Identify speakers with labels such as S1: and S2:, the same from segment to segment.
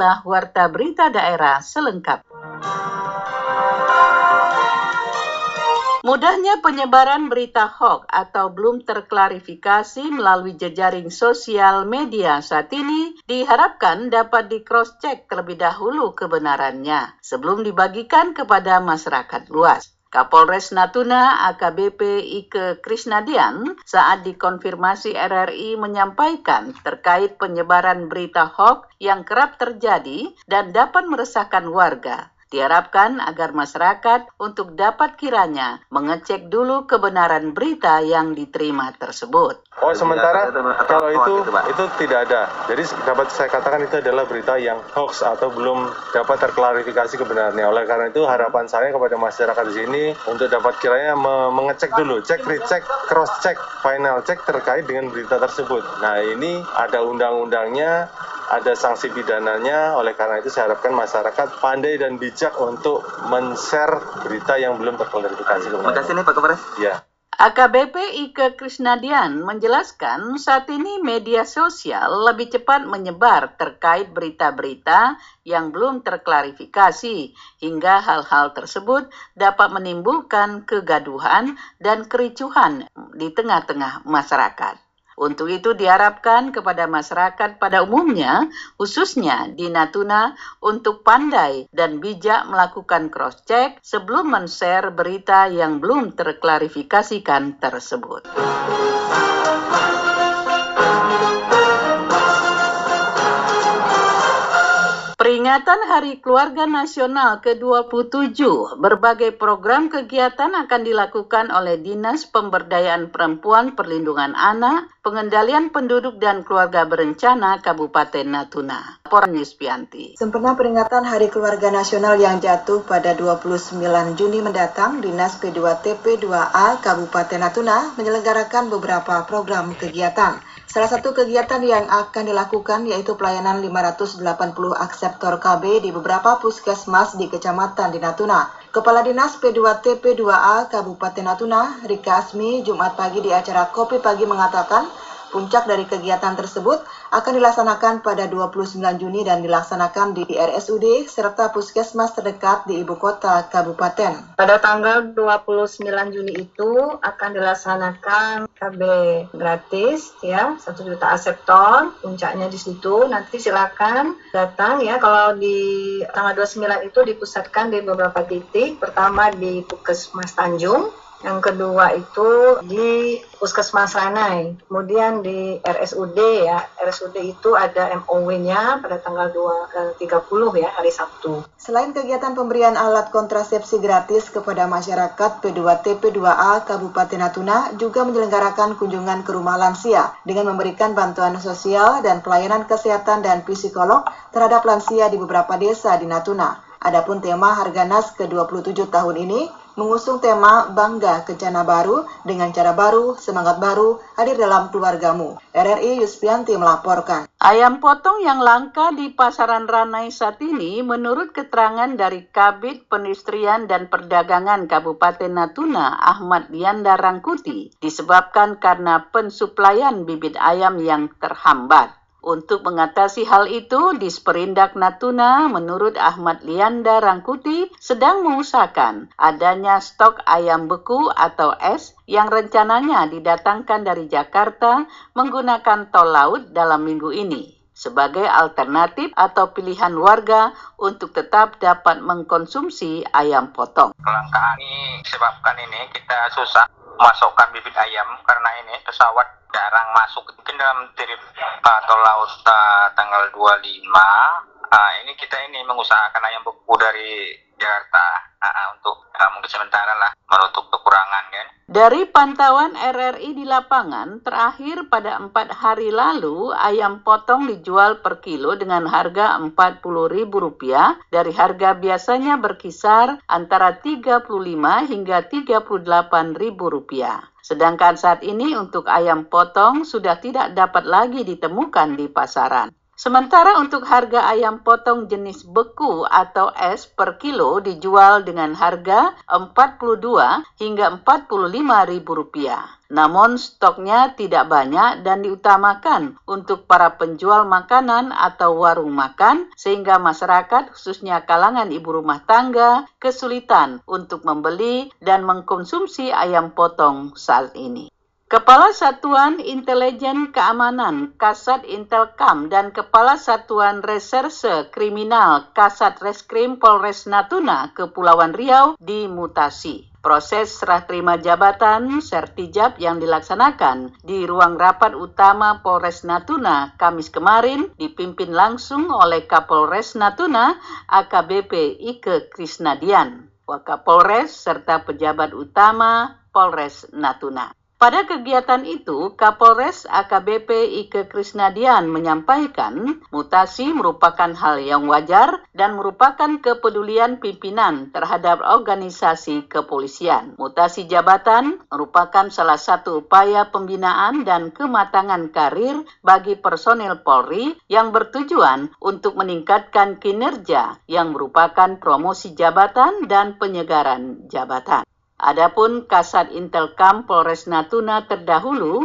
S1: inilah Warta Berita Daerah selengkapnya. Mudahnya penyebaran berita hoax atau belum terklarifikasi melalui jejaring sosial media saat ini diharapkan dapat di-cross-check terlebih dahulu kebenarannya sebelum dibagikan kepada masyarakat luas. Kapolres Natuna AKBP Ike Krisnadian saat dikonfirmasi RRI menyampaikan terkait penyebaran berita hoax yang kerap terjadi dan dapat meresahkan warga. Diharapkan agar masyarakat untuk dapat kiranya mengecek dulu kebenaran berita yang diterima tersebut.
S2: Oh, sementara kalau itu tidak ada. Jadi dapat saya katakan itu adalah berita yang hoax atau belum dapat terklarifikasi kebenarannya. Oleh karena itu harapan saya kepada masyarakat di sini untuk dapat kiranya mengecek dulu, cek, recheck, cross check, final check terkait dengan berita tersebut. Nah, ini ada undang-undangnya, ada sanksi pidananya. Oleh karena itu saya harapkan masyarakat pandai dan bijak untuk men-share berita yang belum terklarifikasi.
S3: Terima kasih nih Pak Kapolres.
S2: Ya.
S1: AKBP Ike Krisnadian menjelaskan saat ini media sosial lebih cepat menyebar terkait berita-berita yang belum terklarifikasi hingga hal-hal tersebut dapat menimbulkan kegaduhan dan kericuhan di tengah-tengah masyarakat. Untuk itu diharapkan kepada masyarakat pada umumnya, khususnya di Natuna, untuk pandai dan bijak melakukan cross-check sebelum men-share berita yang belum terklarifikasikan tersebut. Peringatan Hari Keluarga Nasional ke-27, berbagai program kegiatan akan dilakukan oleh Dinas Pemberdayaan Perempuan Perlindungan Anak, Pengendalian Penduduk dan Keluarga Berencana Kabupaten Natuna. Laporan Yuspianti.
S4: Sempena peringatan Hari Keluarga Nasional yang jatuh pada 29 Juni mendatang, Dinas P2TP2A Kabupaten Natuna menyelenggarakan beberapa program kegiatan. Salah satu kegiatan yang akan dilakukan yaitu pelayanan 580 akseptor KB di beberapa puskesmas di Kecamatan di Natuna. Kepala Dinas P2TP2A Kabupaten Natuna, Rika Asmi, Jumat pagi di acara Kopi Pagi mengatakan, puncak dari kegiatan tersebut akan dilaksanakan pada 29 Juni dan dilaksanakan di RSUD serta puskesmas terdekat di ibu kota kabupaten.
S5: Pada tanggal 29 Juni itu akan dilaksanakan KB gratis ya, 1 juta aseptor, puncaknya di situ. Nanti silakan datang ya, kalau di tanggal 29 itu dipusatkan di beberapa titik. Pertama di Puskesmas Tanjung, yang kedua itu di Puskesmas Ranai, kemudian di RSUD ya. RSUD itu ada MOW-nya pada tanggal 30 ya, hari Sabtu.
S4: Selain kegiatan pemberian alat kontrasepsi gratis kepada masyarakat, P2TP2A Kabupaten Natuna juga menyelenggarakan kunjungan ke rumah lansia dengan memberikan bantuan sosial dan pelayanan kesehatan dan psikolog terhadap lansia di beberapa desa di Natuna. Adapun tema Harganas ke-27 tahun ini mengusung tema Bangga Kencana Baru dengan cara baru, semangat baru, hadir dalam keluargamu. RRI Yuspianti melaporkan.
S1: Ayam potong yang langka di pasaran Ranai saat ini menurut keterangan dari Kabid Perindustrian dan Perdagangan Kabupaten Natuna Ahmad Dianda Rangkuti disebabkan karena pensuplaian bibit ayam yang terhambat. Untuk mengatasi hal itu, Disperindak Natuna menurut Ahmad Lianda Rangkuti sedang mengusahakan adanya stok ayam beku atau es yang rencananya didatangkan dari Jakarta menggunakan tol laut dalam minggu ini sebagai alternatif atau pilihan warga untuk tetap dapat mengkonsumsi ayam potong.
S3: Kelangkaan ini disebabkan ini kita susah masukkan bibit ayam karena ini pesawat jarang masuk. Mungkin dalam trip tol laut tanggal 25 ini kita mengusahakan ayam beku dari Jakarta untuk mungkin sementara lah menutup kekurangan kan.
S1: Dari pantauan RRI di lapangan, terakhir pada 4 hari lalu, ayam potong dijual per kilo dengan harga Rp40.000 dari harga biasanya berkisar antara Rp35 hingga Rp38.000. Sedangkan saat ini untuk ayam potong sudah tidak dapat lagi ditemukan di pasaran. Sementara untuk harga ayam potong jenis beku atau es per kilo dijual dengan harga Rp42 hingga Rp45.000. Namun stoknya tidak banyak dan diutamakan untuk para penjual makanan atau warung makan sehingga masyarakat khususnya kalangan ibu rumah tangga kesulitan untuk membeli dan mengkonsumsi ayam potong saat ini. Kepala Satuan Intelijen Keamanan Kasat Intelkam dan Kepala Satuan Reserse Kriminal Kasat Reskrim Polres Natuna Kepulauan Riau dimutasi. Proses serah terima jabatan Sertijab yang dilaksanakan di ruang rapat utama Polres Natuna Kamis kemarin dipimpin langsung oleh Kapolres Natuna AKBP Ike Krisnadian, Wakapolres serta pejabat utama Polres Natuna. Pada kegiatan itu, Kapolres AKBP Ike Krisnadian menyampaikan mutasi merupakan hal yang wajar dan merupakan kepedulian pimpinan terhadap organisasi kepolisian. Mutasi jabatan merupakan salah satu upaya pembinaan dan kematangan karir bagi personil Polri yang bertujuan untuk meningkatkan kinerja yang merupakan promosi jabatan dan penyegaran jabatan. Adapun Kasat Intelkam Polres Natuna terdahulu,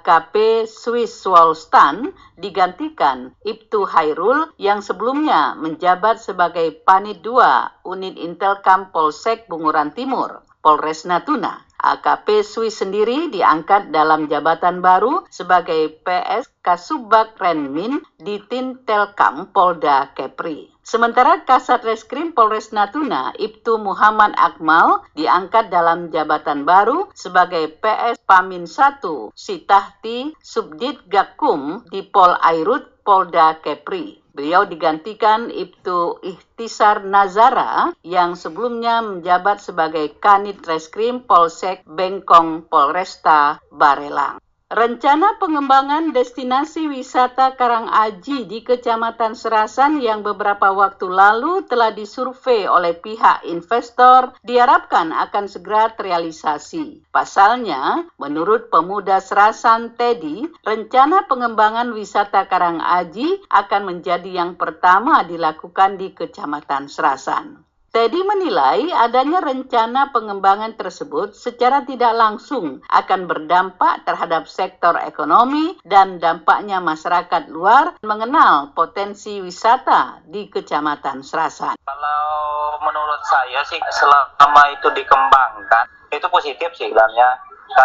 S1: AKP Swiss Swalstan, digantikan Ibtu Hairul yang sebelumnya menjabat sebagai Panit 2 Unit Intelkam Polsek Bunguran Timur, Polres Natuna. AKP Swiss sendiri diangkat dalam jabatan baru sebagai PS Kasubag Renmin di Tintelkam Polda Kepri. Sementara Kasat Reskrim Polres Natuna, Ibtu Muhammad Akmal, diangkat dalam jabatan baru sebagai PS Pamin 1 Sitahti Subdit Gakum di Pol Airut Polda Kepri. Beliau digantikan Ibtu Ihtisar Nazara yang sebelumnya menjabat sebagai Kanit Reskrim Polsek Bengkong Polresta Barelang. Rencana pengembangan destinasi wisata Karangaji di Kecamatan Serasan yang beberapa waktu lalu telah disurvei oleh pihak investor diharapkan akan segera terrealisasi. Pasalnya, menurut pemuda Serasan Teddy, rencana pengembangan wisata Karangaji akan menjadi yang pertama dilakukan di Kecamatan Serasan. Teddy menilai adanya rencana pengembangan tersebut secara tidak langsung akan berdampak terhadap sektor ekonomi dan dampaknya masyarakat luar mengenal potensi wisata di Kecamatan Serasan.
S3: Kalau menurut saya sih selama itu dikembangkan itu positif sih sebenarnya. Kan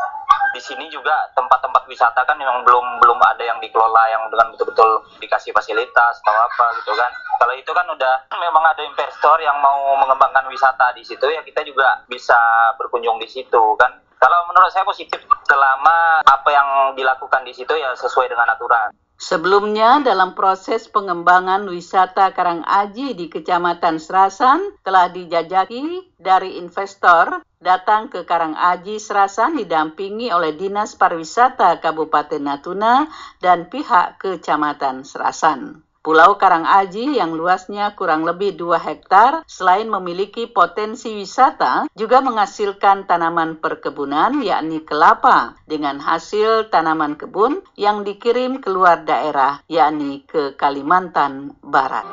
S3: di sini juga tempat-tempat wisata kan memang belum ada yang dikelola yang dengan betul-betul dikasih fasilitas atau apa gitu kan. Kalau itu kan udah memang ada investor yang mau mengembangkan wisata di situ, ya kita juga bisa berkunjung di situ kan. Kalau menurut saya positif selama apa yang dilakukan di situ ya sesuai dengan aturan.
S1: Sebelumnya, dalam proses pengembangan wisata Karangaji di Kecamatan Serasan telah dijajaki dari investor datang ke Karangaji Serasan didampingi oleh Dinas Pariwisata Kabupaten Natuna dan pihak Kecamatan Serasan. Pulau Karangaji yang luasnya kurang lebih 2 hektar, selain memiliki potensi wisata, juga menghasilkan tanaman perkebunan yakni kelapa dengan hasil tanaman kebun yang dikirim keluar daerah yakni ke Kalimantan Barat.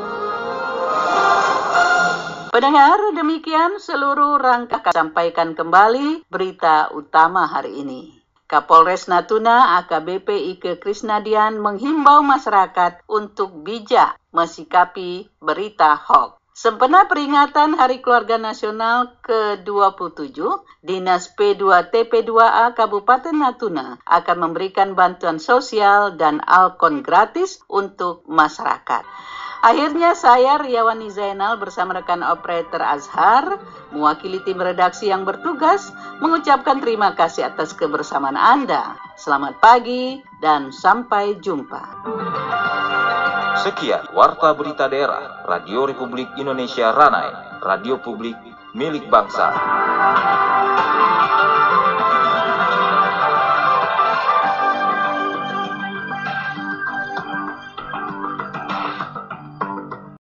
S1: Pendengar, demikian seluruh rangka sampaikan kembali berita utama hari ini. Kapolres Natuna AKBP Ike Krisnadian menghimbau masyarakat untuk bijak mensikapi berita hoax. Sempena peringatan Hari Keluarga Nasional ke-27, Dinas P2TP2A Kabupaten Natuna akan memberikan bantuan sosial dan alkon gratis untuk masyarakat. Akhirnya saya Riawani Zainal bersama rekan operator Azhar, mewakili tim redaksi yang bertugas, mengucapkan terima kasih atas kebersamaan Anda. Selamat pagi dan sampai jumpa.
S6: Sekian Warta Berita Daerah Radio Republik Indonesia Ranai, radio publik milik bangsa.